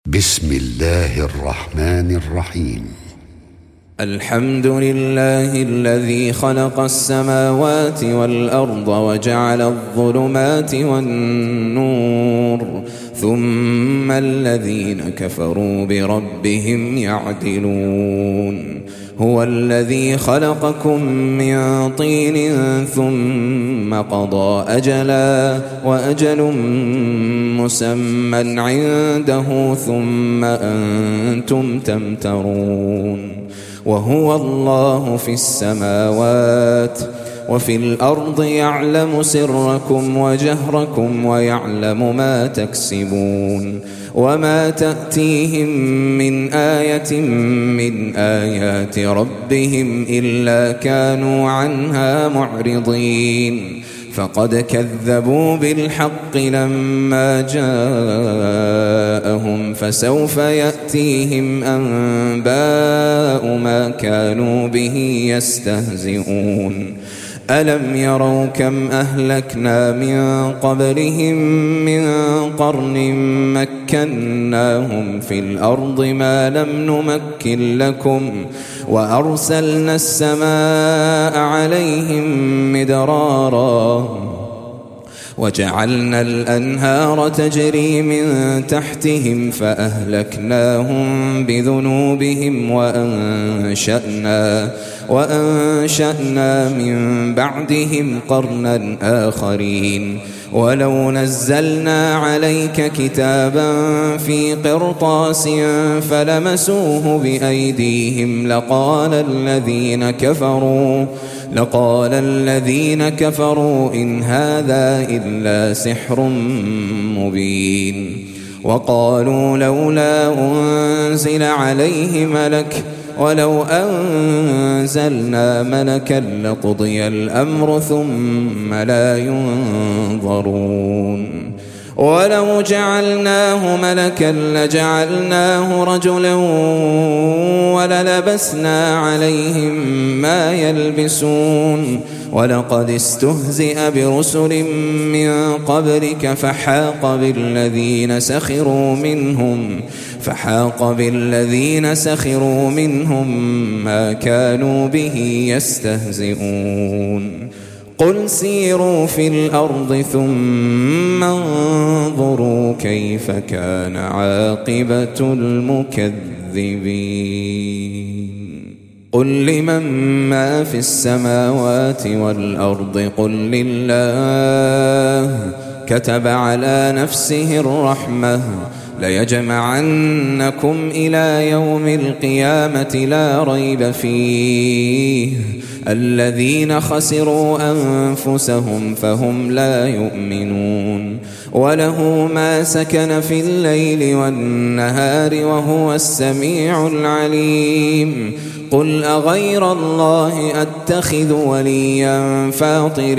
بسم الله الرحمن الرحيم. الحمد لله الذي خلق السماوات والأرض وجعل الظلمات والنور ثم الذين كفروا بربهم يعدلون. هو الذي خلقكم من طين ثم قضى أجلا وأجل مسمى عنده ثم أنتم تمترون. وهو الله في السماوات وفي الأرض يعلم سركم وجهركم ويعلم ما تكسبون. وما تأتيهم من آية من آيات ربهم إلا كانوا عنها معرضين. فقد كذبوا بالحق لما جاءهم فسوف يأتيهم أنباء ما كانوا به يستهزئون. ألم يروا كم أهلكنا من قبلهم من قرن مكناهم في الأرض ما لم نمكن لكم وأرسلنا السماء عليهم مدرارا وجعلنا الأنهار تجري من تحتهم فأهلكناهم بذنوبهم وأنشأنا من بعدهم قرنا آخرين. ولو نزلنا عليك كتابا في قرطاس فلمسوه بأيديهم لقال الذين كفروا إن هذا إلا سحر مبين. وقالوا لولا أنزل عليه ملك ولو أنزلنا ملكا لقضي الأمر ثم لا ينظرون. ولو جعلناه ملكا لجعلناه رجلا وللبسنا عليهم ما يلبسون. ولقد استهزئ برسل من قبلك فحاق بالذين سخروا منهم ما كانوا به يستهزئون. قل سيروا في الأرض ثم انظروا كيف كان عاقبة المكذبين. قل لمن ما في السماوات والأرض قل لله كتب على نفسه الرحمة ليجمعنكم إلى يوم القيامة لا ريب فيه. الذين خسروا أنفسهم فهم لا يؤمنون. وله ما سكن في الليل والنهار وهو السميع العليم. قل أغير الله أتخذ وليا فاطر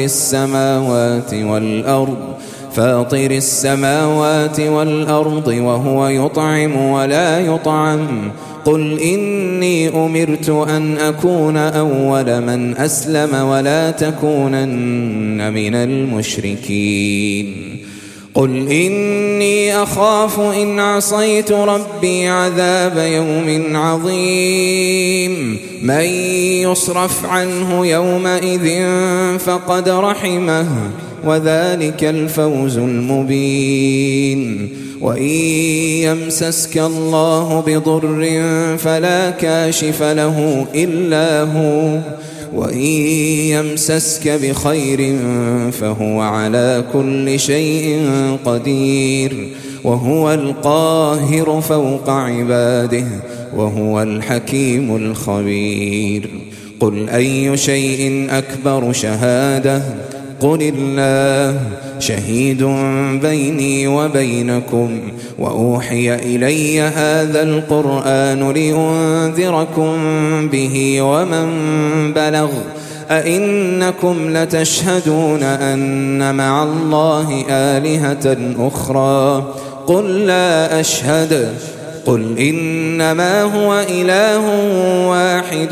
السماوات والأرض وهو يطعم ولا يطعم. قل إني أمرت أن أكون أول من أسلم ولا تكونن من المشركين. قل إني أخاف إن عصيت ربي عذاب يوم عظيم. من يصرف عنه يومئذ فقد رحمه وذلك الفوز المبين. وإن يمسسك الله بضر فلا كاشف له إلا هو وإن يمسسك بخير فهو على كل شيء قدير. وهو القاهر فوق عباده وهو الحكيم الخبير. قل أي شيء أكبر شهادة قل الله شهيد بيني وبينكم. وأوحي إلي هذا القرآن لأنذركم به ومن بلغ. أئنكم لتشهدون أن مع الله آلهة أخرى قل لا أشهد. قل إنما هو إله واحد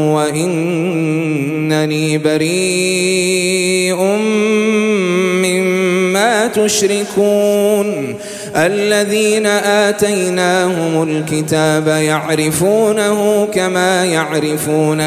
وإنني بريء مما تشركون. الذين آتيناهم الكتاب يعرفونه كما يعرفون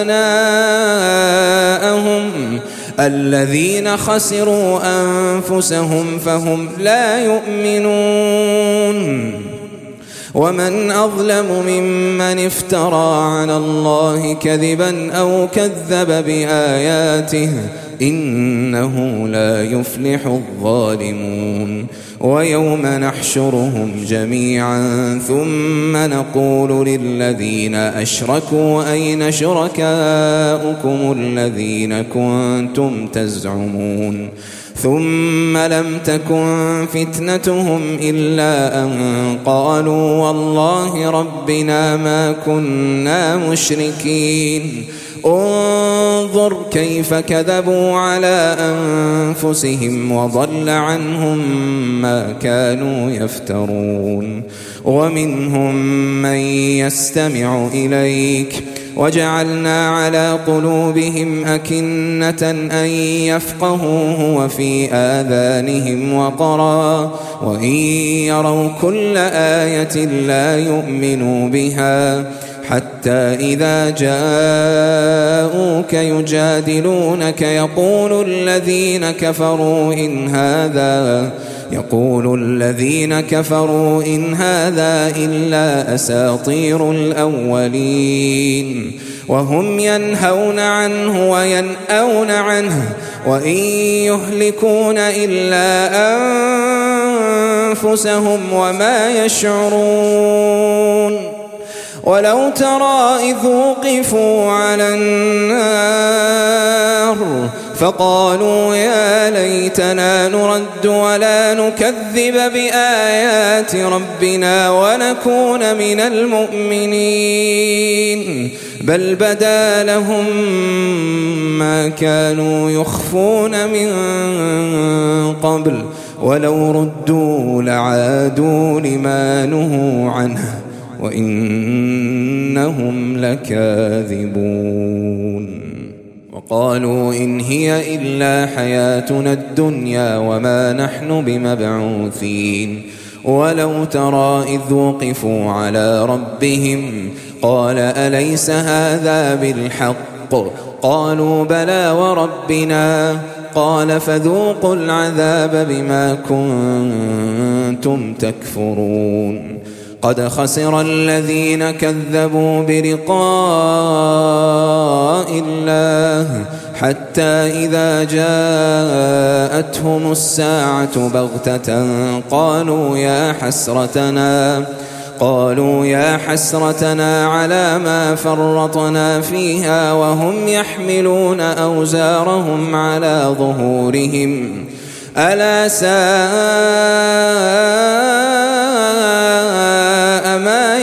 أبناءهم الذين خسروا أنفسهم فهم لا يؤمنون ومن أظلم ممن افترى على الله كذبا أو كذب بآياته إنه لا يفلح الظالمون ويوم نحشرهم جميعا ثم نقول للذين أشركوا أين شركاؤكم الذين كنتم تزعمون ثم لم تكن فتنتهم إلا أن قالوا والله ربنا ما كنا مشركين انظر كيف كذبوا على أنفسهم وضل عنهم ما كانوا يفترون ومنهم من يستمع إليك وجعلنا على قلوبهم أكنة أن يفقهوه وفي آذانهم وقرا وإن يروا كل آية لا يؤمنوا بها حتى إذا جاءوك يجادلونك يقول الذين كفروا إن هذا إلا أساطير الأولين وهم ينهون عنه وينأون عنه وإن يهلكون إلا أنفسهم وما يشعرون ولو ترى إذ وقفوا على النار فقالوا يا ليتنا نرد ولا نكذب بآيات ربنا ونكون من المؤمنين بل بدا لهم ما كانوا يخفون من قبل ولو ردوا لعادوا لما نهوا عنه وإنهم لكاذبون وقالوا إن هي إلا حياتنا الدنيا وما نحن بمبعوثين ولو ترى إذ وقفوا على ربهم قال أليس هذا بالحق قالوا بلى وربنا قال فذوقوا العذاب بما كنتم تكفرون قد خسر الذين كذبوا بلقاء الله حتى إذا جاءتهم الساعة بغتة قالوا يا حسرتنا على ما فرطنا فيها وهم يحملون أوزارهم على ظهورهم ألا ساء ما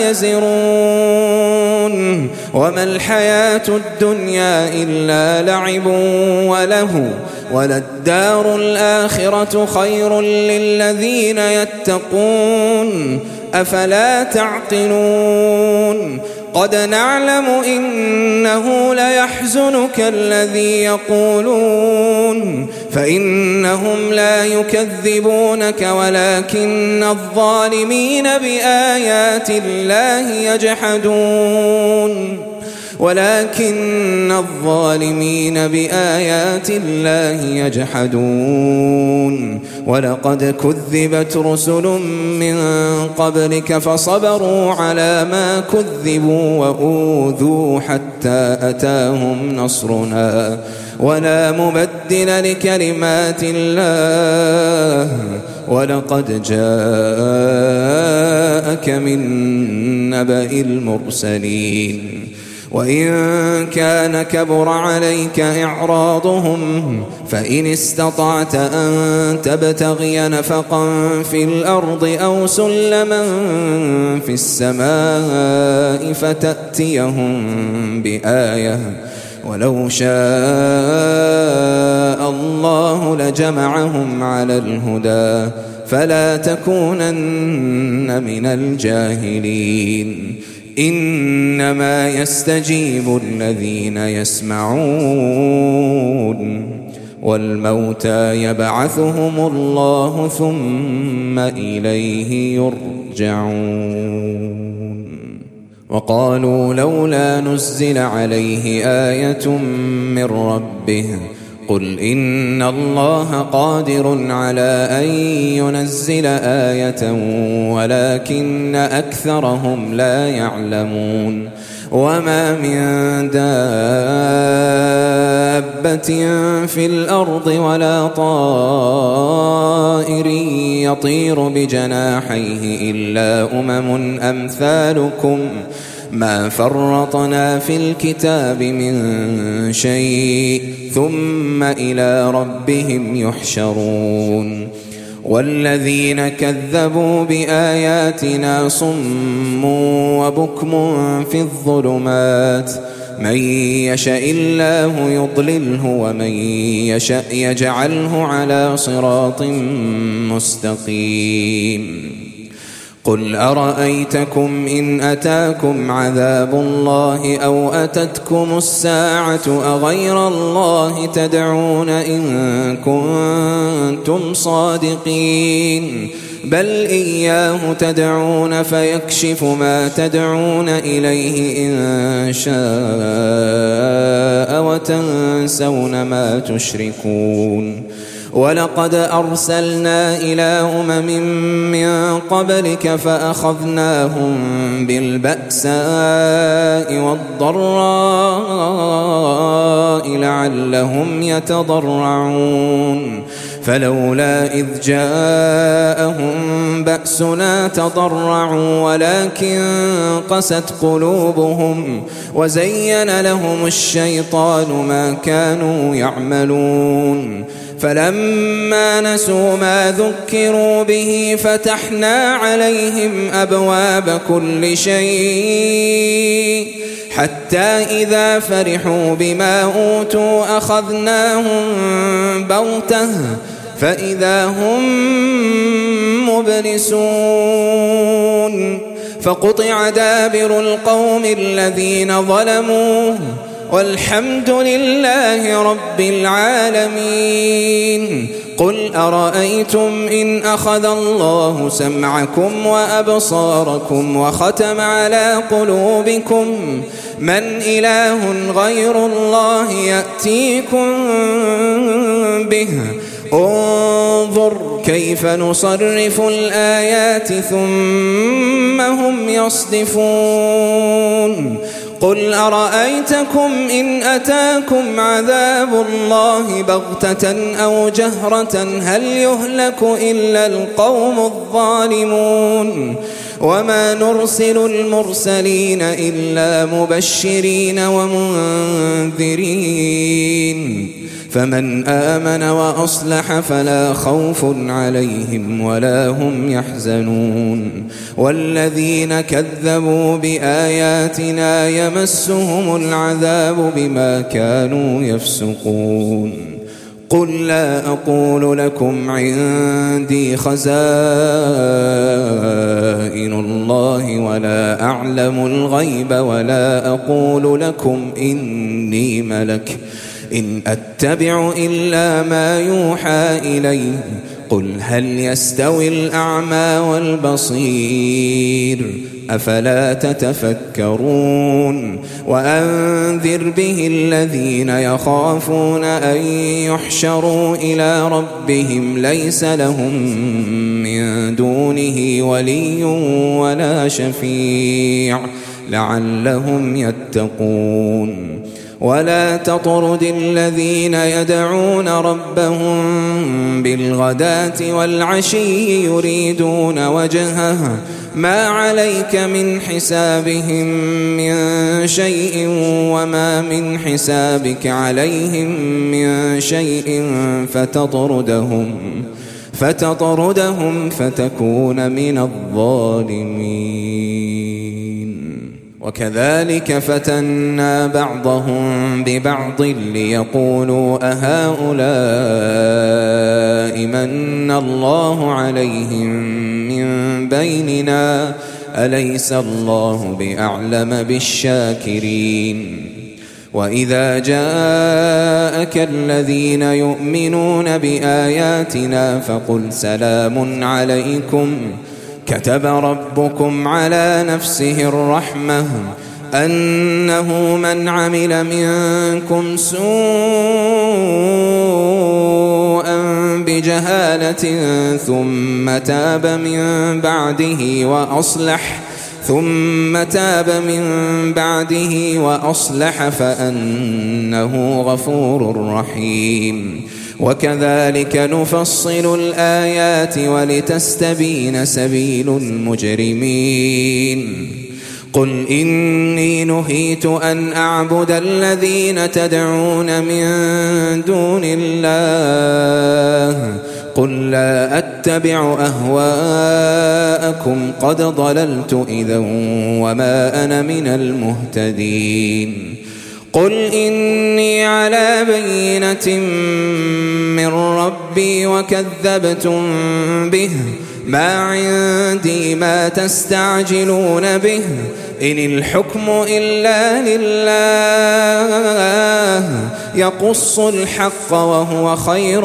يزرون وما الحياة الدنيا إلا لعب وله وللدار الآخرة خير للذين يتقون أفلا تعقلون قد نعلم إنه ليحزنك الذي يقولون فإنهم لا يكذبونك ولكن الظالمين بآيات الله يجحدون ولقد كذبت رسل من قبلك فصبروا على ما كذبوا وأوذوا حتى أتاهم نصرنا ولا مبدل لكلمات الله ولقد جاءك من نبأ المرسلين وإن كان كبر عليك إعراضهم فإن استطعت أن تبتغي نفقا في الأرض أو سلما في السماء فتأتيهم بآية ولو شاء الله لجمعهم على الهدى فلا تكونن من الجاهلين إنما يستجيب الذين يسمعون والموتى يبعثهم الله ثم إليه يرجعون. وقالوا لولا نزل عليه آية من ربه قل إن الله قادر على أن ينزل آية ولكن أكثرهم لا يعلمون. وما من دابة في الأرض ولا طائر يطير بجناحيه إلا أمم أمثالكم ما فرطنا في الكتاب من شيء ثم إلى ربهم يحشرون. والذين كذبوا بآياتنا صم وبكم في الظلمات من يشاء الله يضلله ومن يشاء يجعله على صراط مستقيم. قل أرأيتكم إن أتاكم عذاب الله أو أتتكم الساعة أغير الله تدعون إن كنتم صادقين بل إياه تدعون فيكشف ما تدعون إليه إن شاء وتنسون ما تشركون. ولقد أرسلنا إلى أمم من قبلك فأخذناهم بالبأساء والضراء لعلهم يتضرعون فلولا إذ جاءهم بأسنا تضرعوا ولكن قست قلوبهم وزين لهم الشيطان ما كانوا يعملون. فلما نسوا ما ذكروا به فتحنا عليهم أبواب كل شيء حتى إذا فرحوا بما أوتوا أخذناهم بغتة فإذا هم مبلسون فقطع دابر القوم الذين ظلموا والحمد لله رب العالمين. قل أرأيتم إن أخذ الله سمعكم وأبصاركم وختم على قلوبكم من إله غير الله يأتيكم به انظر كيف نصرف الآيات ثم هم يصدفون. قل أرأيتكم إن أتاكم عذاب الله بغتة أو جهرة هل يهلك إلا القوم الظالمون. وما نرسل المرسلين إلا مبشرين ومنذرين فمن آمن وأصلح فلا خوف عليهم ولا هم يحزنون. والذين كذبوا بآياتنا يمسهم العذاب بما كانوا يفسقون. قل لا أقول لكم عندي خزائن الله ولا أعلم الغيب ولا أقول لكم إني ملك إن أتبع إلا ما يوحى إلي قل هل يستوي الأعمى والبصير أفلا تتفكرون. وأنذر به الذين يخافون أن يحشروا إلى ربهم ليس لهم من دونه ولي ولا شفيع لعلهم يتقون. ولا تطرد الذين يدعون ربهم بالغداة والعشي يريدون وجهه ما عليك من حسابهم من شيء وما من حسابك عليهم من شيء فتطردهم فتكون من الظالمين. وكذلك فتنا بعضهم ببعض ليقولوا أهؤلاء من الله عليهم من بيننا أليس الله بأعلم بالشاكرين. وإذا جاءك الذين يؤمنون بآياتنا فقل سلام عليكم كتب ربكم على نفسه الرحمة أنه من عمل منكم سوءا بجهالة ثم تاب من بعده وأصلح فأنه غفور رحيم. وكذلك نفصل الآيات ولتستبين سبيل المجرمين. قل إني نهيت أن أعبد الذين تدعون من دون الله قل لا أتبع أهواءكم قد ضللت إذا وما أنا من المهتدين. قل إني على بينة من ربي وكذبتم به ما عندي ما تستعجلون به إن الحكم إلا لله يقص الحق وهو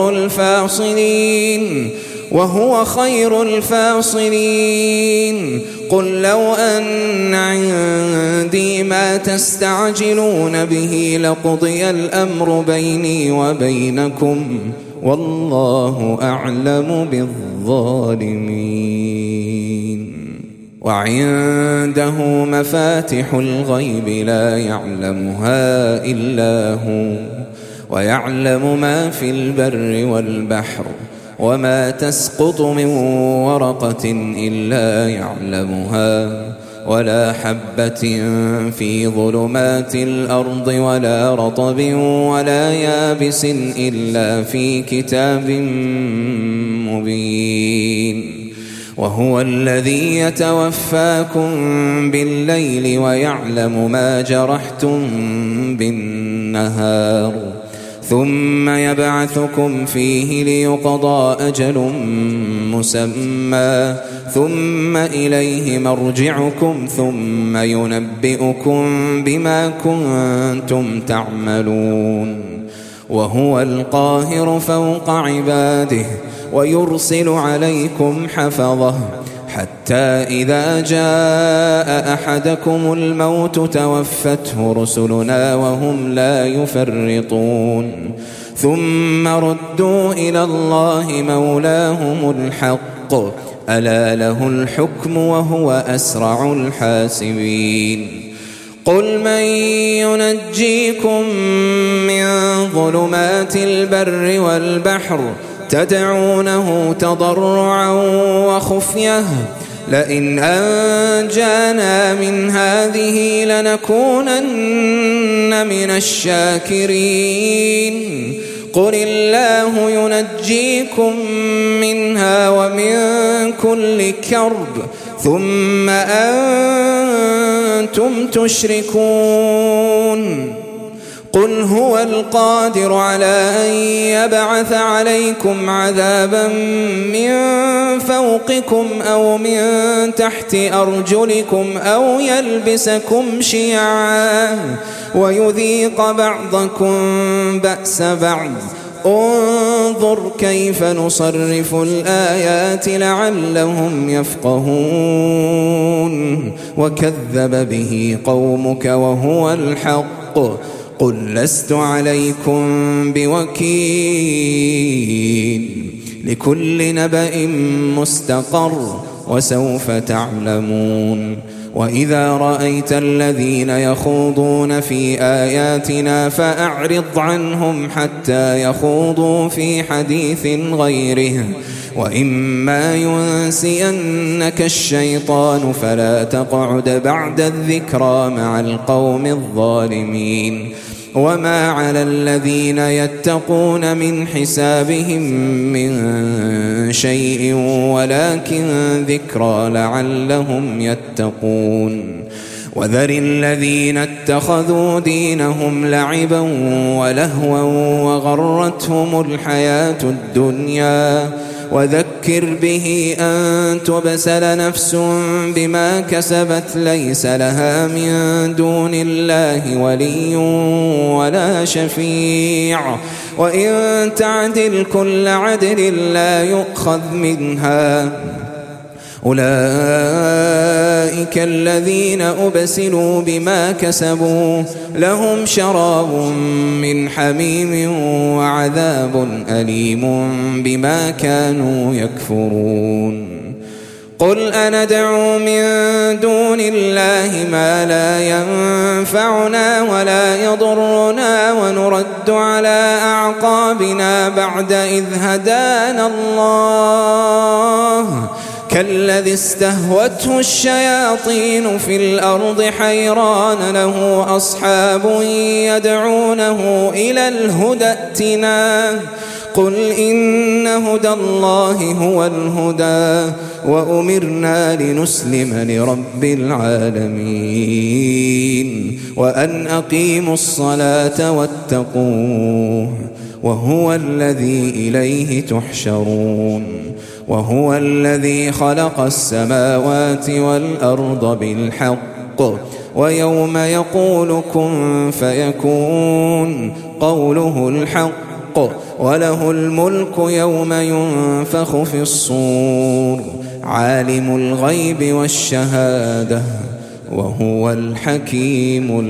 خير الفاصلين. قل لو أن عندي ما تستعجلون به لقضي الأمر بيني وبينكم والله أعلم بالظالمين. وعنده مفاتح الغيب لا يعلمها إلا هو ويعلم ما في البر والبحر وما تسقط من ورقة إلا يعلمها ولا حبة في ظلمات الأرض ولا رطب ولا يابس إلا في كتاب مبين. وهو الذي يتوفاكم بالليل ويعلم ما جرحتم بالنهار ثم يبعثكم فيه ليقضى أجل مسمى ثم إليه مرجعكم ثم ينبئكم بما كنتم تعملون. وهو القاهر فوق عباده ويرسل عليكم حفظه حتى إذا جاء أحدكم الموت توفته رسلنا وهم لا يفرطون ثم ردوا إلى الله مولاهم الحق ألا له الحكم وهو أسرع الحاسبين. قل من ينجيكم من ظلمات البر والبحر تدعونه تضرعا وخفية لئن أنجانا من هذه لنكونن من الشاكرين. قل الله ينجيكم منها ومن كل كرب ثم أنتم تشركون. قل هو القادر على أن يبعث عليكم عذابا من فوقكم أو من تحت أرجلكم أو يلبسكم شيعا ويذيق بعضكم بأس بعض. انظر كيف نصرف الآيات لعلهم يفقهون. وكذب به قومك وهو الحق قل لست عليكم بوكيل لكل نبأ مستقر وسوف تعلمون. وإذا رأيت الذين يخوضون في آياتنا فأعرض عنهم حتى يخوضوا في حديث غيره وإما ينسينك الشيطان فلا تقعد بعد الذكرى مع القوم الظالمين. وما على الذين يتقون من حسابهم من شيء ولكن ذكرى لعلهم يتقون. وذر الذين اتخذوا دينهم لعبا ولهوا وغرتهم الحياة الدنيا وذكر به أن تبسل نفس بما كسبت ليس لها من دون الله ولي ولا شفيع وإن تعدل كل عدل لا يؤخذ منها أولئك الذين أبسلوا بما كسبوا لهم شراب من حميم وعذاب أليم بما كانوا يكفرون قل أندعو من دون الله ما لا ينفعنا ولا يضرنا ونرد على أعقابنا بعد إذ هدانا الله كالذي استهوته الشياطين في الأرض حيران له أصحاب يدعونه إلى الهدى ائتنا قل إن هدى الله هو الهدى وأمرنا لنسلم لرب العالمين وأن أقيموا الصلاة واتقوه وهو الذي إليه تحشرون وهو الذي خلق السماوات والأرض بالحق ويوم يقول كن فيكون قوله الحق وله الملك يوم ينفخ في الصور عالم الغيب والشهادة وهو الحكيم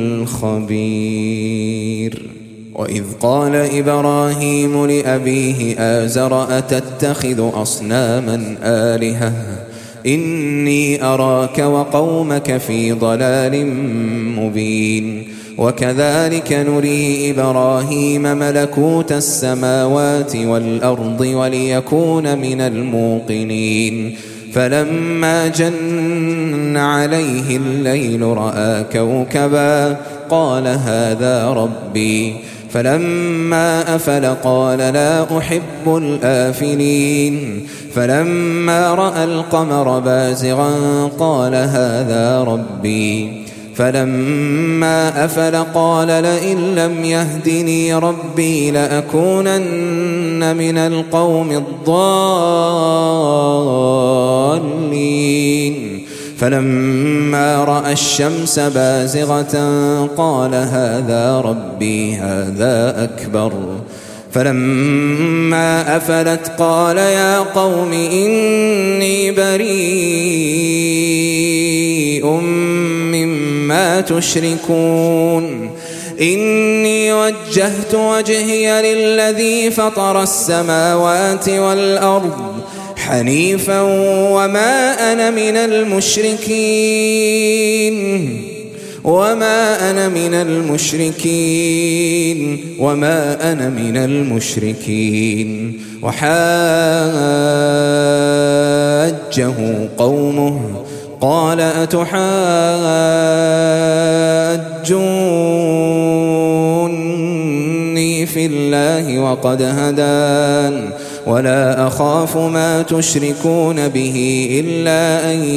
الخبير وإذ قال إبراهيم لأبيه آزر أتتخذ أصناما آلهة إني أراك وقومك في ضلال مبين وكذلك نري إبراهيم ملكوت السماوات والأرض وليكون من الموقنين فلما جن عليه الليل رأى كوكبا قال هذا ربي فلما أفل قال لا أحب الآفلين فلما رأى القمر بازغا قال هذا ربي فلما أفل قال لئن لم يهدني ربي لأكونن من القوم الضالين فلما رأى الشمس بازغة قال هذا ربي هذا أكبر فلما أفلت قال يا قوم إني بريء مما تشركون إني وجهت وجهي للذي فطر السماوات والأرض حنيفا وما أنا من المشركين وما أنا من المشركين وحاجه قومه قال أتحاجوني في الله وقد هدان ولا أخاف ما تشركون به إلا أن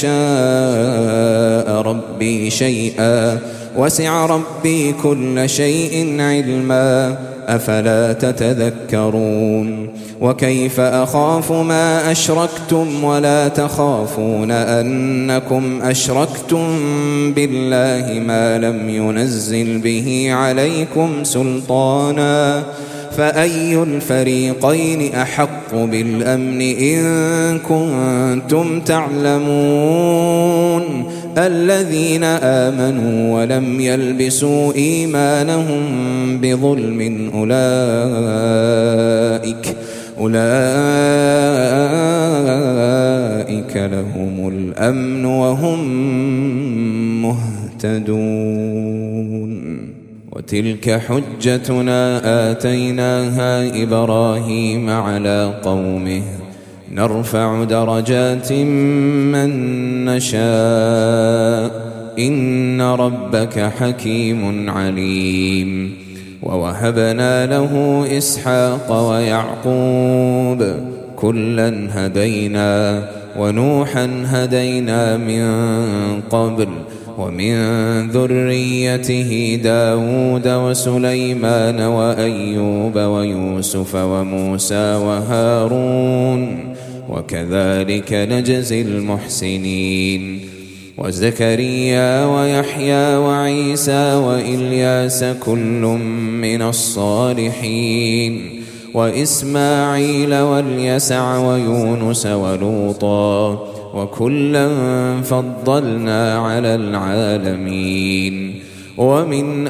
يشاء ربي شيئا وسع ربي كل شيء علما أفلا تتذكرون وكيف أخاف ما أشركتم ولا تخافون أنكم أشركتم بالله ما لم ينزل به عليكم سلطانا فأي الفريقين أحق بالأمن إن كنتم تعلمون الذين آمنوا ولم يلبسوا إيمانهم بظلم أولئك لهم الأمن وهم مهتدون وتلك حجتنا آتيناها إبراهيم على قومه نرفع درجات من نشاء إن ربك حكيم عليم ووهبنا له إسحاق ويعقوب كلا هدينا ونوحا هدينا من قبل ومن ذريته داود وسليمان وأيوب ويوسف وموسى وهارون وكذلك نجزي المحسنين وزكريا ويحيى وعيسى وإلياس كل من الصالحين وإسماعيل واليسع ويونس ولوطا وكلا فضلنا على العالمين ومن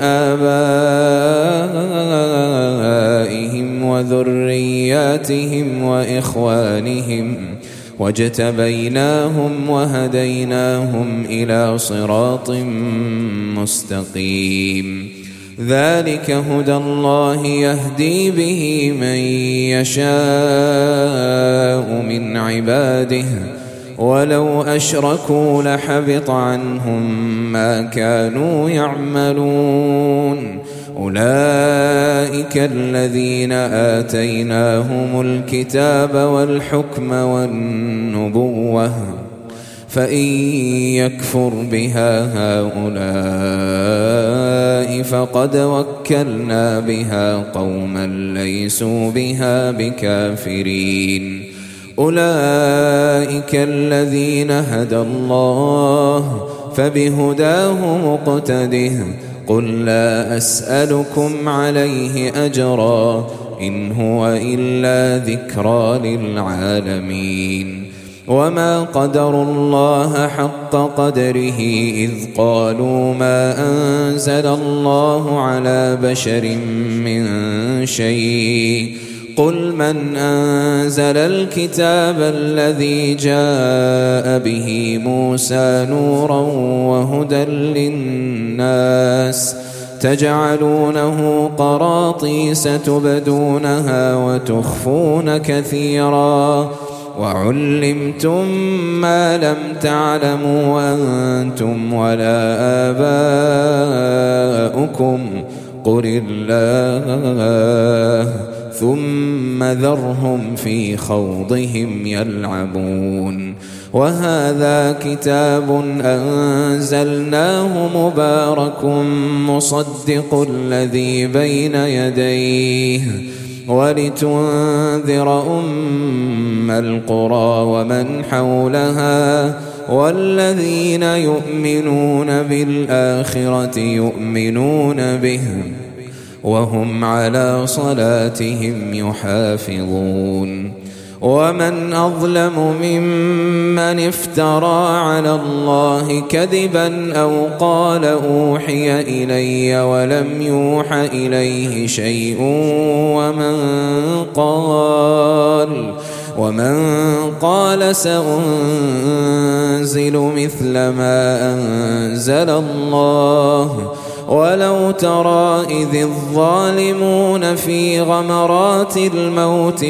آبائهم وذرياتهم وإخوانهم واجتبيناهم وهديناهم إلى صراط مستقيم ذلك هدى الله يهدي به من يشاء من عباده ولو أشركوا لحبط عنهم ما كانوا يعملون أولئك الذين آتيناهم الكتاب والحكم والنبوة فإن يكفر بها هؤلاء فقد وكلنا بها قوما ليسوا بها بكافرين أولئك الذين هدى الله فبهداه مقتده قل لا أسألكم عليه أجرا إن هو إلا ذكرى للعالمين وما قدروا الله حق قدره إذ قالوا ما أنزل الله على بشر من شيء قل من أنزل الكتاب الذي جاء به موسى نورا وهدى للناس تجعلونه قراطيس تبدونها وتخفون كثيرا وعلمتم ما لم تعلموا أنتم ولا آباؤكم قل الله ثم ذرهم في خوضهم يلعبون وهذا كتاب أنزلناه مبارك مصدق الذي بين يديه ولتنذر أم القرى ومن حولها والذين يؤمنون بالآخرة يؤمنون به وهم على صلاتهم يحافظون ومن أظلم ممن افترى على الله كذبا أو قال أوحي إلي ولم يوح إليه شيء ومن قال سأنزل مثل ما أنزل الله ولو ترى إذ الظالمون في غمرات الموت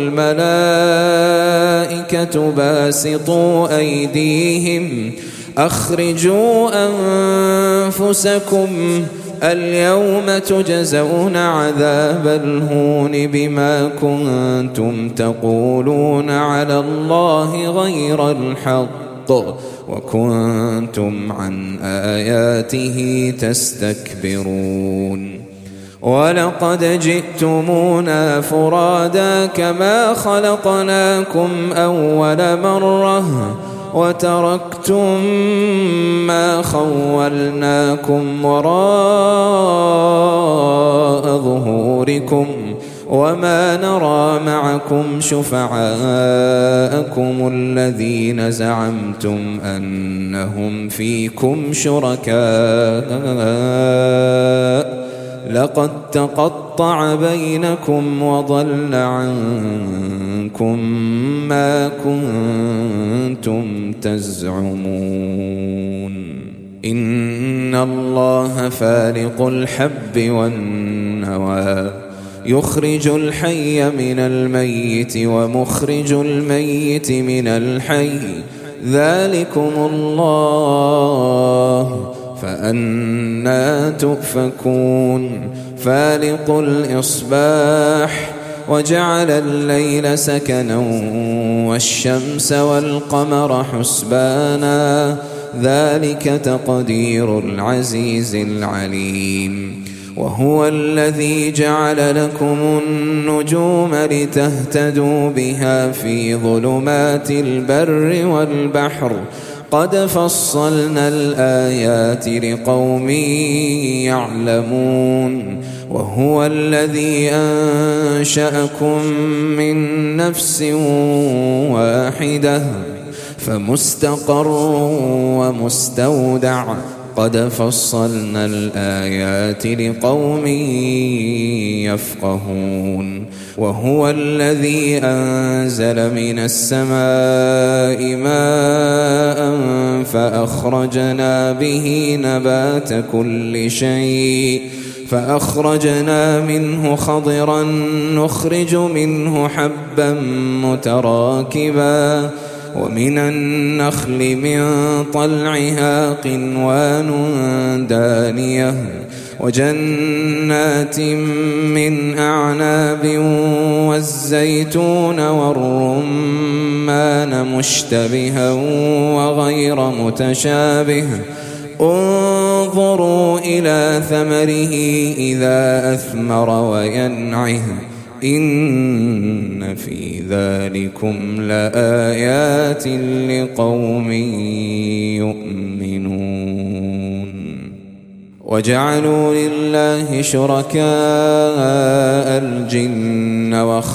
والملائكة باسطوا أيديهم أخرجوا أنفسكم اليوم تجزون عذاب الهون بما كنتم تقولون على الله غير الحق وكنتم عن آياته تستكبرون ولقد جئتمونا فرادا كما خلقناكم أول مرة وتركتم ما خولناكم وراء ظهوركم وما نرى معكم شفعاءكم الذين زعمتم أنهم فيكم شركاء لقد تقطع بينكم وضل عنكم ما كنتم تزعمون إن الله فالق الحب والنوى يخرج الحي من الميت ومخرج الميت من الحي ذلكم الله فأنى تؤفكون فالق الإصباح وجعل الليل سكنا والشمس والقمر حسبانا ذلك تقدير العزيز العليم وهو الذي جعل لكم النجوم لتهتدوا بها في ظلمات البر والبحر قد فصلنا الآيات لقوم يعلمون وهو الذي أنشأكم من نفس واحدة فمستقر ومستودع قد فصلنا الآيات لقوم يفقهون وهو الذي أنزل من السماء ماء فأخرجنا به نبات كل شيء فأخرجنا منه خضرا نخرج منه حبا متراكبا ومن النخل من طلعها قنوان دانية وجنات من أعناب والزيتون والرمان مشتبها وغير متشابه انظروا إلى ثمره إذا أثمر وينعه إن في ذلكم لآيات لقوم يؤمنون وجعلوا لله شركاء الجن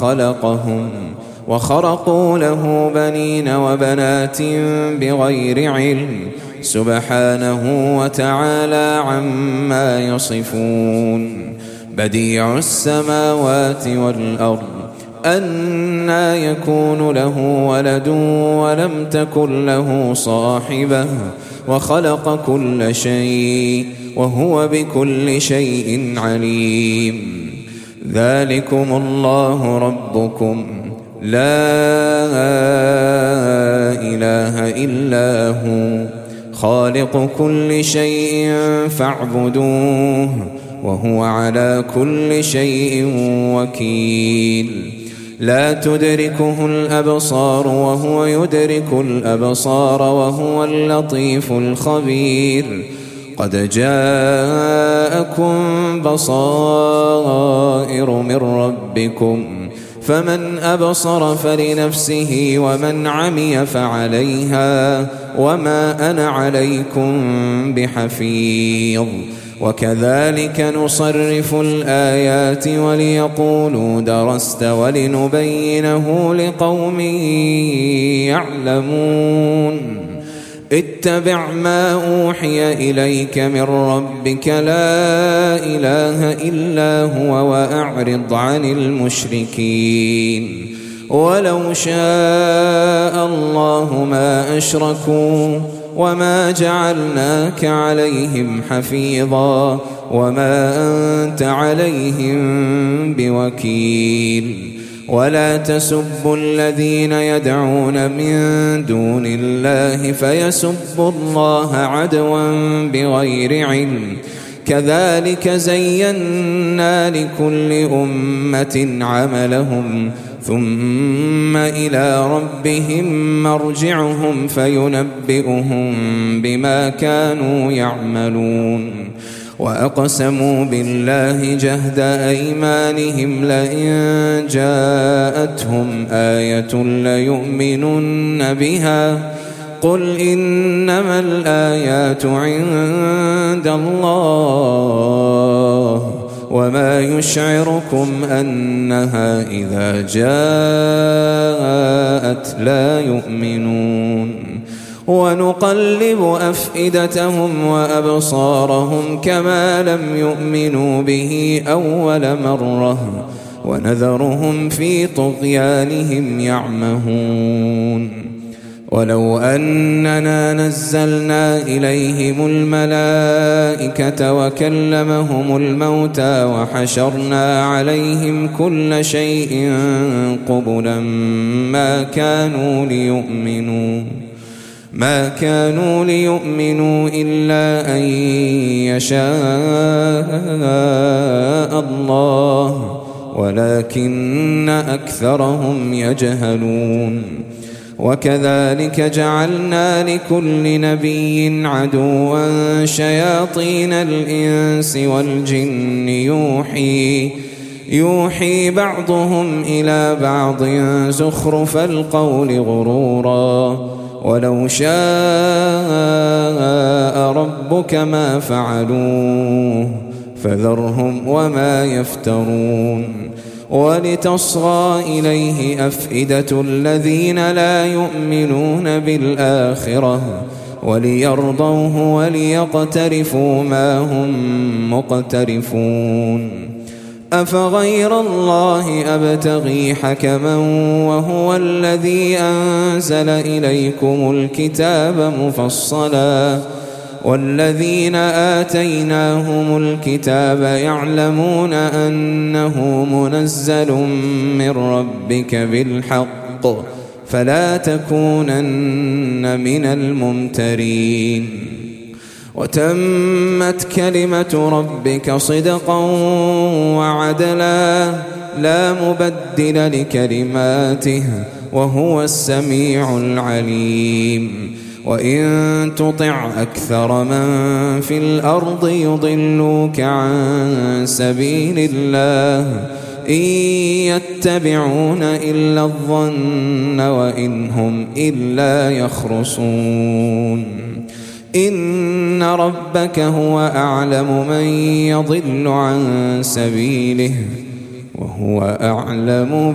وخرقوا له بنين وبنات بغير علم سبحانه وتعالى عما يصفون بديع السماوات والأرض أنى يكون له ولد ولم تكن له صاحبة وخلق كل شيء وهو بكل شيء عليم ذلكم الله ربكم لا إله إلا هو خالق كل شيء فاعبدوه وهو على كل شيء وكيل لا تدركه الأبصار وهو يدرك الأبصار وهو اللطيف الخبير قد جاءكم بصائر من ربكم فمن أبصر فلنفسه ومن عمي فعليها وما أنا عليكم بحفيظ وكذلك نصرف الآيات وليقولوا درست ولنبينه لقوم يعلمون اتبع ما أوحي إليك من ربك لا إله إلا هو وأعرض عن المشركين ولو شاء الله ما أشركوا وما جعلناك عليهم حفيظا وما أنت عليهم بوكيل ولا تسبوا الذين يدعون من دون الله فيسبوا الله عدوا بغير علم كذلك زينا لكل أمة عملهم ثم إلى ربهم مرجعهم فينبئهم بما كانوا يعملون وأقسموا بالله جهد أيمانهم لئن جاءتهم آية ليؤمنن بها قل إنما الآيات عند الله وما يشعركم أنها إذا جاءت لا يؤمنون ونقلب أفئدتهم وأبصارهم كما لم يؤمنوا به أول مرة ونذرهم في طغيانهم يعمهون ولو أننا نزلنا إليهم الملائكة وكلمهم الموتى وحشرنا عليهم كل شيء قبلا ما كانوا ليؤمنوا إلا أن يشاء الله ولكن أكثرهم يجهلون وكذلك جعلنا لكل نبي عدوا شياطين الإنس والجن يوحي بعضهم إلى بعض زخرف القول غرورا ولو شاء ربك ما فعلوه فذرهم وما يفترون ولتصغى إليه أفئدة الذين لا يؤمنون بالآخرة وليرضوه وليقترفوا ما هم مقترفون أفغير الله أبتغي حكما وهو الذي أنزل إليكم الكتاب مفصلا والذين آتيناهم الكتاب يعلمون أنه منزل من ربك بالحق فلا تكونن من الممترين وتمت كلمة ربك صدقا وعدلا لا مبدل لكلماته وهو السميع العليم وإن تطع أكثر من في الأرض يضلوك عن سبيل الله إن يتبعون إلا الظن وإن هم إلا يخرصون إن ربك هو أعلم من يضل عن سبيله وهو أعلم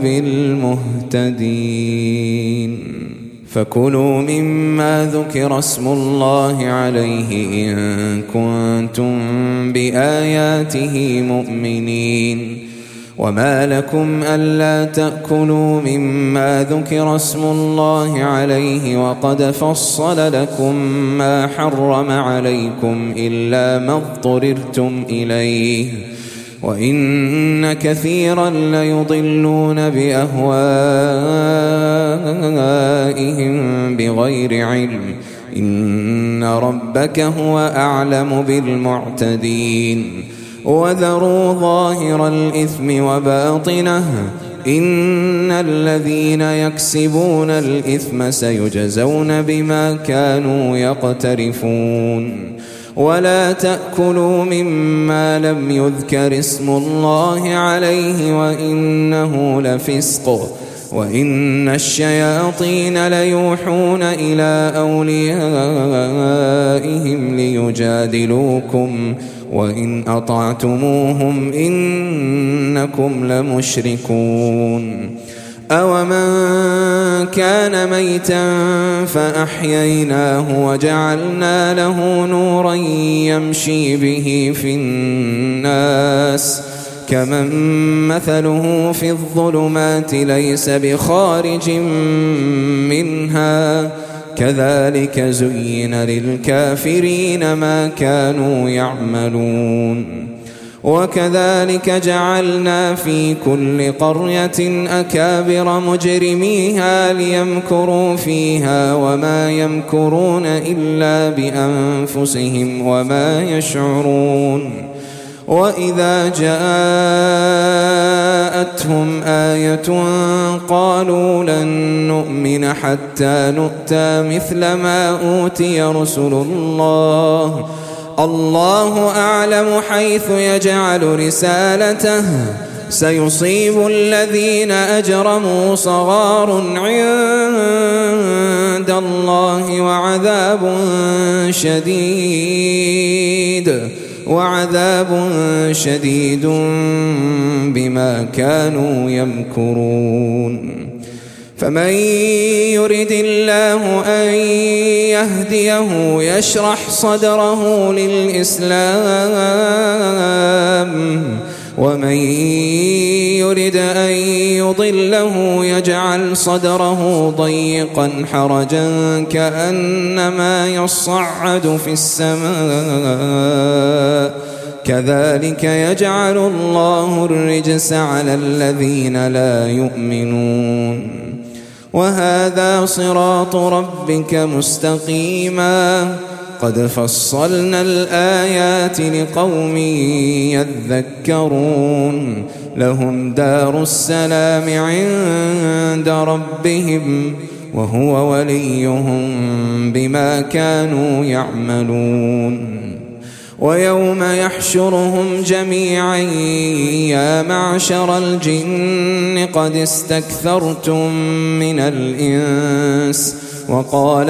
بالمهتدين فكلوا مما ذكر اسم الله عليه إن كنتم بآياته مؤمنين وما لكم ألا تأكلوا مما ذكر اسم الله عليه وقد فصل لكم ما حرم عليكم إلا ما اضطررتم إليه وإن كثيرا ليضلون بأهوائهم بغير علم إن ربك هو أعلم بالمعتدين وذروا ظاهر الإثم وباطنه إن الذين يكسبون الإثم سيجزون بما كانوا يقترفون ولا تأكلوا مما لم يذكر اسم الله عليه وإنه لفسق وإن الشياطين ليوحون إلى أوليائهم ليجادلوكم وإن أطعتموهم إنكم لمشركون أومن كان ميتا فأحييناه وجعلنا له نورا يمشي به في الناس كمن مثله في الظلمات ليس بخارج منها كذلك زين للكافرين ما كانوا يعملون وكذلك جعلنا في كل قرية أكابر مجرميها ليمكروا فيها وما يمكرون إلا بأنفسهم وما يشعرون وإذا جاءتهم آية قالوا لن نؤمن حتى نؤتى مثل ما أوتي رسل الله الله أعلم حيث يجعل رسالته سيصيب الذين أجرموا صغار عند الله وعذاب شديد بما كانوا يمكرون فمن يرد الله أن يهديه يشرح صدره للإسلام ومن يرد أن يضله يجعل صدره ضيقا حرجا كأنما يصعد في السماء كذلك يجعل الله الرجس على الذين لا يؤمنون وهذا صراط ربك مستقيما قد فصلنا الآيات لقوم يذكرون لهم دار السلام عند ربهم وهو وليهم بما كانوا يعملون ويوم يحشرهم جميعا يا معشر الجن قد استكثرتم من الإنس وقال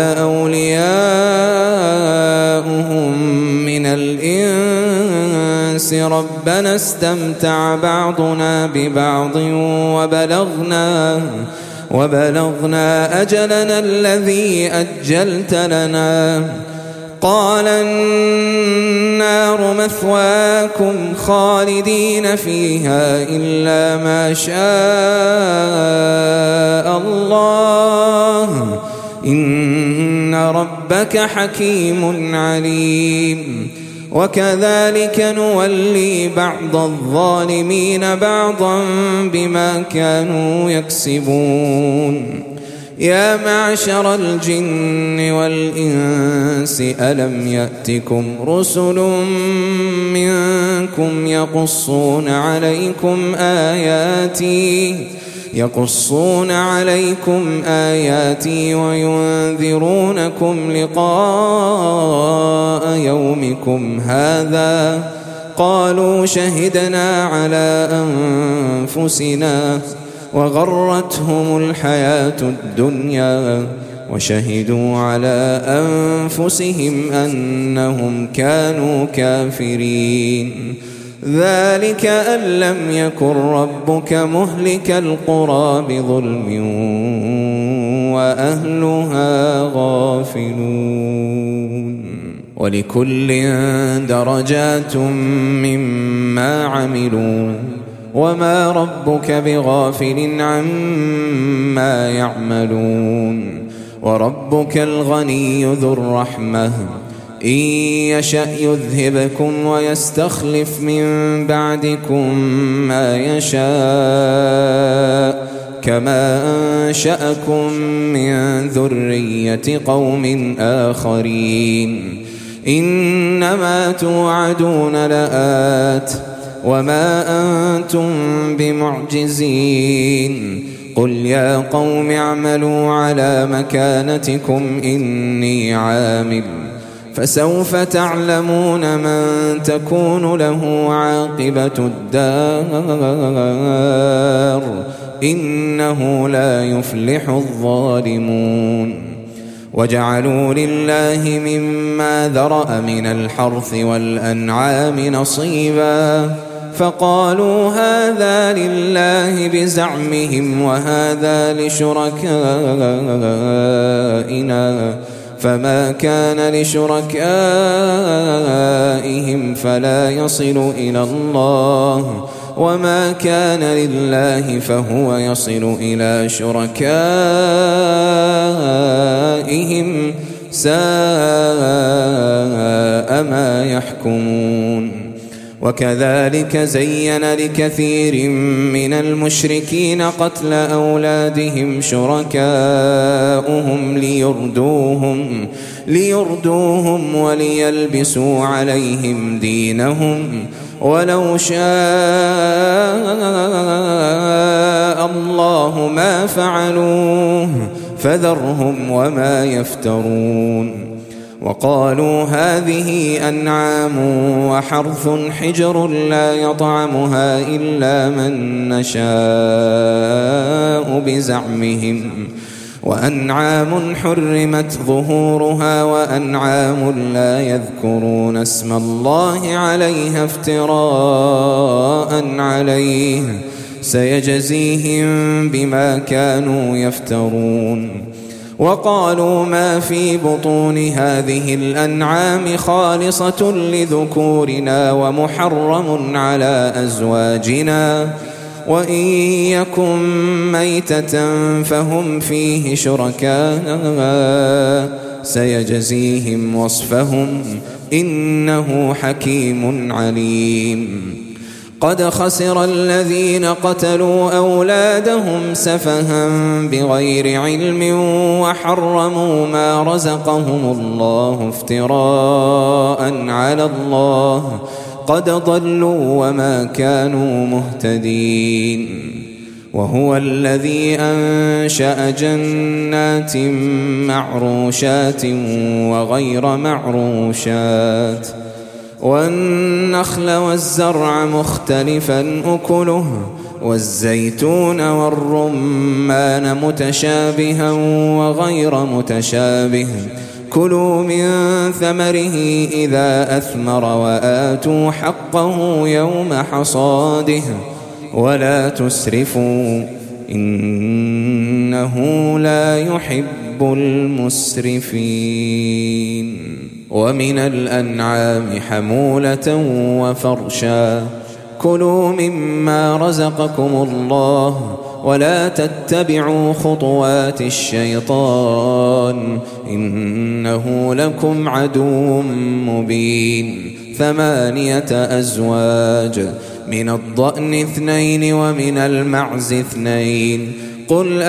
أولياؤهم من الإنس ربنا استمتع بعضنا ببعض وبلغنا أجلنا الذي أجلت لنا قال النار مثواكم خالدين فيها إلا ما شاء الله إن ربك حكيم عليم وكذلك نولي بعض الظالمين بعضا بما كانوا يكسبون يا معشر الجن والإنس ألم يأتكم رسل منكم يقصون عليكم آياتي وينذرونكم لقاء يومكم هذا قالوا شهدنا على أنفسنا وغرتهم الحياة الدنيا وشهدوا على أنفسهم أنهم كانوا كافرين ذلك أن لم يكن ربك مهلك القرى بظلم وأهلها غافلون ولكل درجات مما عملوا وما ربك بغافل عما يعملون وربك الغني ذو الرحمة إن يشأ يذهبكم ويستخلف من بعدكم ما يشاء كما أنشأكم من ذرية قوم آخرين إنما توعدون لآت وما أنتم بمعجزين قل يا قوم اعملوا على مكانتكم إني عامل فسوف تعلمون من تكون له عاقبة الدار إنه لا يفلح الظالمون وجعلوا لله مما ذرأ من الحرث والأنعام نصيبا فقالوا هذا لله بزعمهم وهذا لشركائنا فما كان لشركائهم فلا يصل إلى الله وما كان لله فهو يصل إلى شركائهم ساء ما يحكمون وكذلك زين لكثير من المشركين قتل أولادهم شركاؤهم ليردوهم وليلبسوا عليهم دينهم ولو شاء الله ما فعلوه فذرهم وما يفترون وقالوا هذه أنعام وحرث حجر لا يطعمها إلا من نشاء بزعمهم وأنعام حرمت ظهورها وأنعام لا يذكرون اسم الله عليها افتراء عليه سيجزيهم بما كانوا يفترون وقالوا ما في بطون هذه الأنعام خالصة لذكورنا ومحرم على أزواجنا وإن يكن ميتة فهم فيه شركاء سيجزيهم وصفهم إنه حكيم عليم قد خسر الذين قتلوا أولادهم سفها بغير علم وحرموا ما رزقهم الله افتراء على الله قد ضلوا وما كانوا مهتدين. وهو الذي أنشأ جنات معروشات وغير معروشات والنخل والزرع مختلفا أكله والزيتون والرمان متشابها وغير متشابه كلوا من ثمره إذا أثمر وآتوا حقه يوم حصاده ولا تسرفوا إنه لا يحب المسرفين. ومن الأنعام حمولة وفرشا كلوا مما رزقكم الله ولا تتبعوا خطوات الشيطان إنه لكم عدو مبين. 8 أزواج من الضأن 2 ومن المعز 2 قل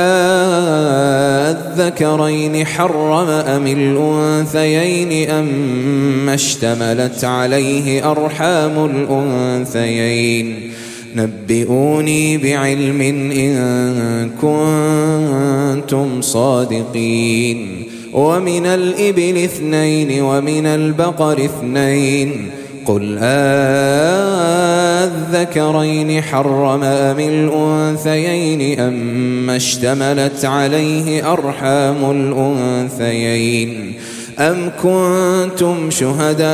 أذكرين حرم أم الأنثيين أم اشتملت عليه أرحام الأنثيين نبئوني بعلم إن كنتم صادقين. ومن الإبل 2 ومن البقر 2 قل أذكرين حرم أم الأنثيين أم اشتملت عليه أرحام الأنثيين أم كنتم شهداء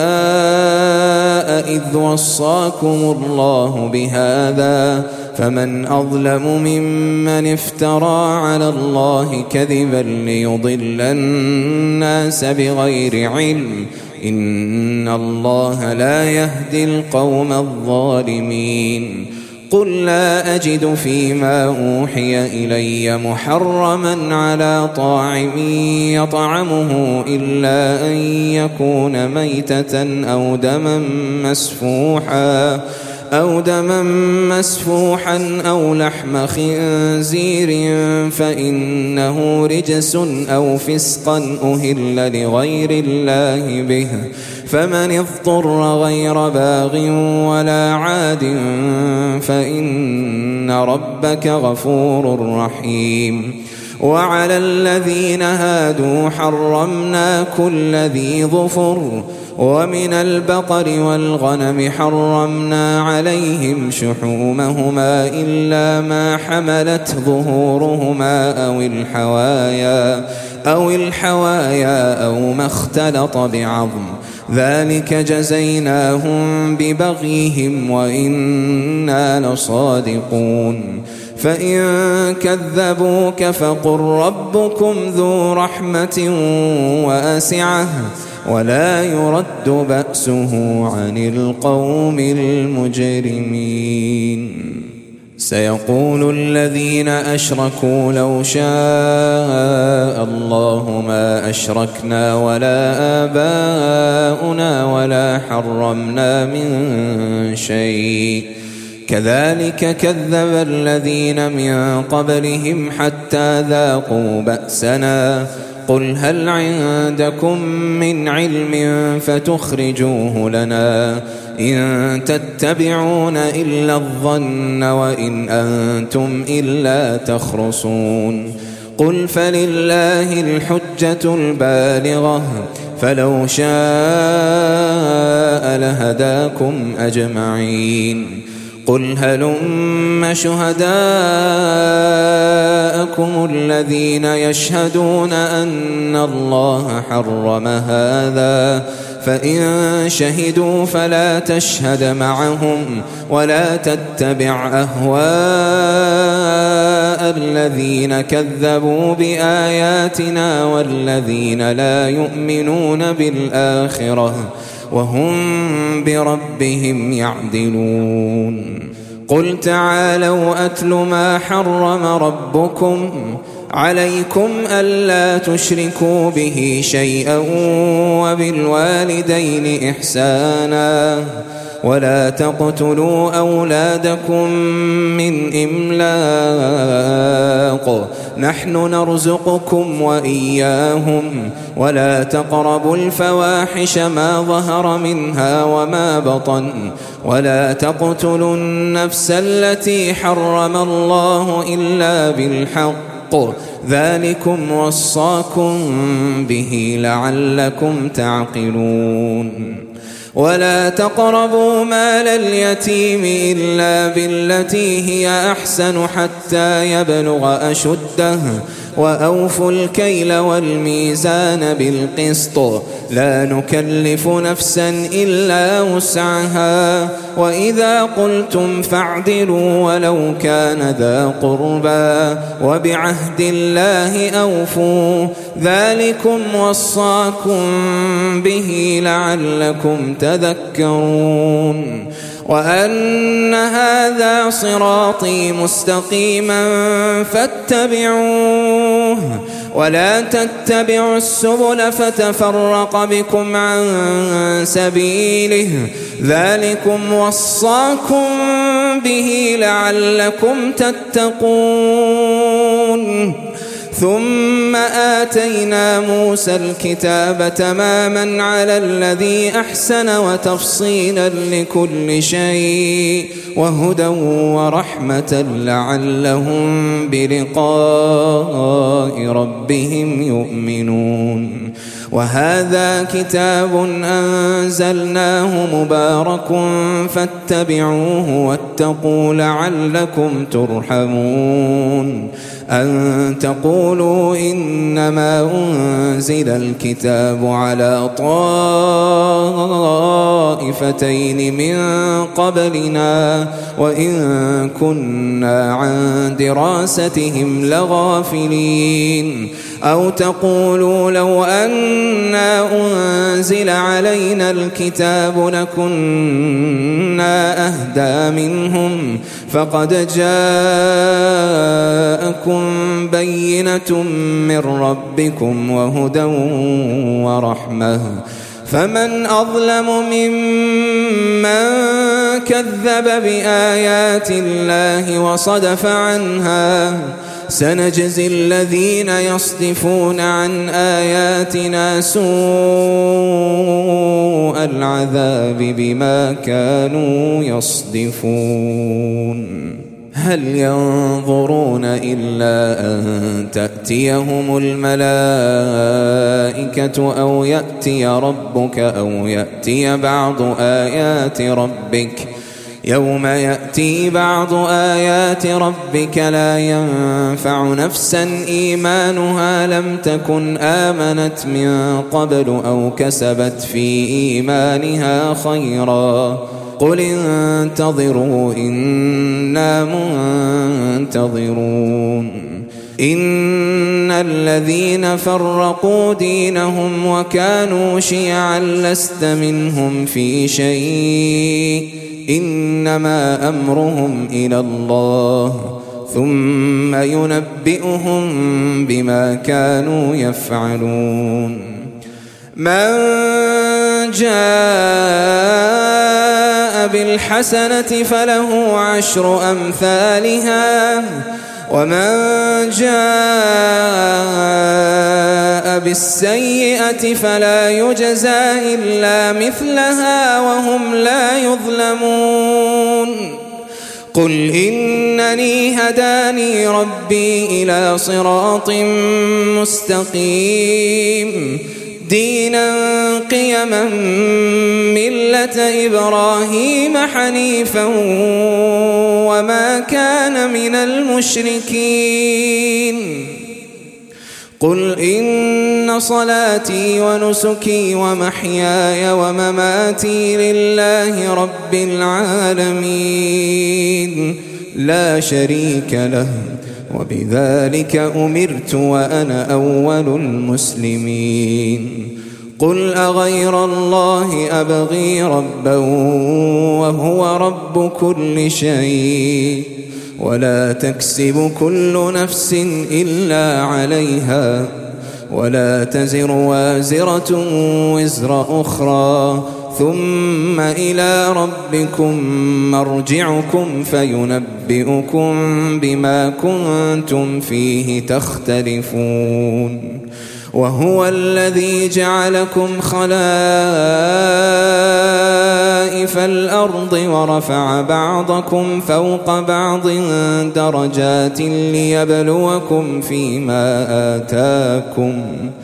إذ وصاكم الله بهذا فمن أظلم ممن افترى على الله كذبا ليضل الناس بغير علم إن الله لا يهدي القوم الظالمين. قل لا أجد فيما أوحي إلي محرما على طاعم يطعمه إلا أن يكون ميتة أو دما مسفوحا أو لحم خنزير فإنه رجس أو فسقا أهل لغير الله به فمن اضطر غير باغ ولا عاد فإن ربك غفور رحيم. وعلى الذين هادوا حرمنا كل ذي ظفر ومن البقر والغنم حرمنا عليهم شحومهما إلا ما حملت ظهورهما أو الحوايا أو ما اختلط بعظم ذلك جزيناهم ببغيهم وإنا لصادقون. فإن كذبوك فقل ربكم ذو رحمة واسعة ولا يرد بأسه عن القوم المجرمين. سيقول الذين أشركوا لو شاء الله ما أشركنا ولا آباؤنا ولا حرمنا من شيء كذلك كذب الذين من قبلهم حتى ذاقوا بأسنا قل هل عندكم من علم فتخرجوه لنا إن تتبعون إلا الظن وإن أنتم إلا تخرصون. قل فلله الحجة البالغة فلو شاء لهداكم أجمعين. قل هلم شهداءكم الذين يشهدون أن الله حرم هذا فإن شهدوا فلا تشهد معهم ولا تتبع أهواء الذين كذبوا بآياتنا والذين لا يؤمنون بالآخرة وهم بربهم يعدلون. قل تعالوا أتل ما حرم ربكم عليكم ألا تشركوا به شيئا وبالوالدين إحسانا ولا تقتلوا أولادكم من إملاق نحن نرزقكم وإياهم ولا تقربوا الفواحش ما ظهر منها وما بطن ولا تقتلوا النفس التي حرم الله إلا بالحق ذلكم وصاكم به لعلكم تعقلون ولا تقربوا مال اليتيم إلا بالتي هي أحسن حتى يبلغ أشده وأوفوا الكيل والميزان بالقسط لا نكلف نفسا إلا وسعها وإذا قلتم فاعدلوا ولو كان ذا قربى وبعهد الله أوفوا ذلكم وصاكم به لعلكم تذكرون وأن هذا صراطي مستقيما فاتبعوه ولا تتبعوا السبل فتفرق بكم عن سبيله ذلكم وصاكم به لعلكم تتقون ثم آتينا موسى الكتاب تماما على الذي أحسن وتفصيلا لكل شيء وهدى ورحمة لعلهم بلقاء ربهم يؤمنون وهذا كتاب أنزلناه مبارك فاتبعوه واتقوا لعلكم ترحمون أن تقولوا إنما أنزل الكتاب على طائفتين من قبلنا وإن كنا عن دراستهم لغافلين أو تقولوا لو أنا أنزل علينا الكتاب لكنا أهدى منهم فقد جاءكم بينة من ربكم وهدى ورحمة فمن أظلم ممن كذب بآيات الله وصدف عنها سنجزي الذين يصدفون عن آياتنا سوء العذاب بما كانوا يصدفون هل ينظرون إلا أن تأتيهم الملائكة أو يأتي ربك أو يأتي بعض آيات ربك يوم يأتي بعض آيات ربك لا ينفع نفسا إيمانها لم تكن آمنت من قبل أو كسبت في إيمانها خيرا قل انتظروا إنا منتظرون إن الذين فرقوا دينهم وكانوا شيعا لست منهم في شيء إنما أمرهم إلى الله ثم ينبئهم بما كانوا يفعلون من جاء بالحسنة فله عشر أمثالها ومن جاء بالسيئة فلا يجزى إلا مثلها وهم لا يظلمون قل إنني هداني ربي إلى صراط مستقيم دينا قيما ملة إبراهيم حنيفا وما كان من المشركين قل إن صلاتي ونسكي ومحياي ومماتي لله رب العالمين لا شريك له وبذلك أمرت وأنا أول المسلمين قل أغير الله أبغي ربا وهو رب كل شيء ولا تكسب كل نفس إلا عليها ولا تزر وازرة وزر أخرى ثم إلى ربكم مرجعكم فينبئكم بما كنتم فيه تختلفون وهو الذي جعلكم خلائف الأرض ورفع بعضكم فوق بعض درجات ليبلوكم فيما آتاكم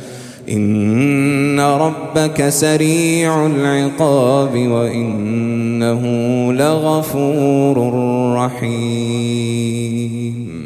إن ربك سريع العقاب وإنه لغفور رحيم.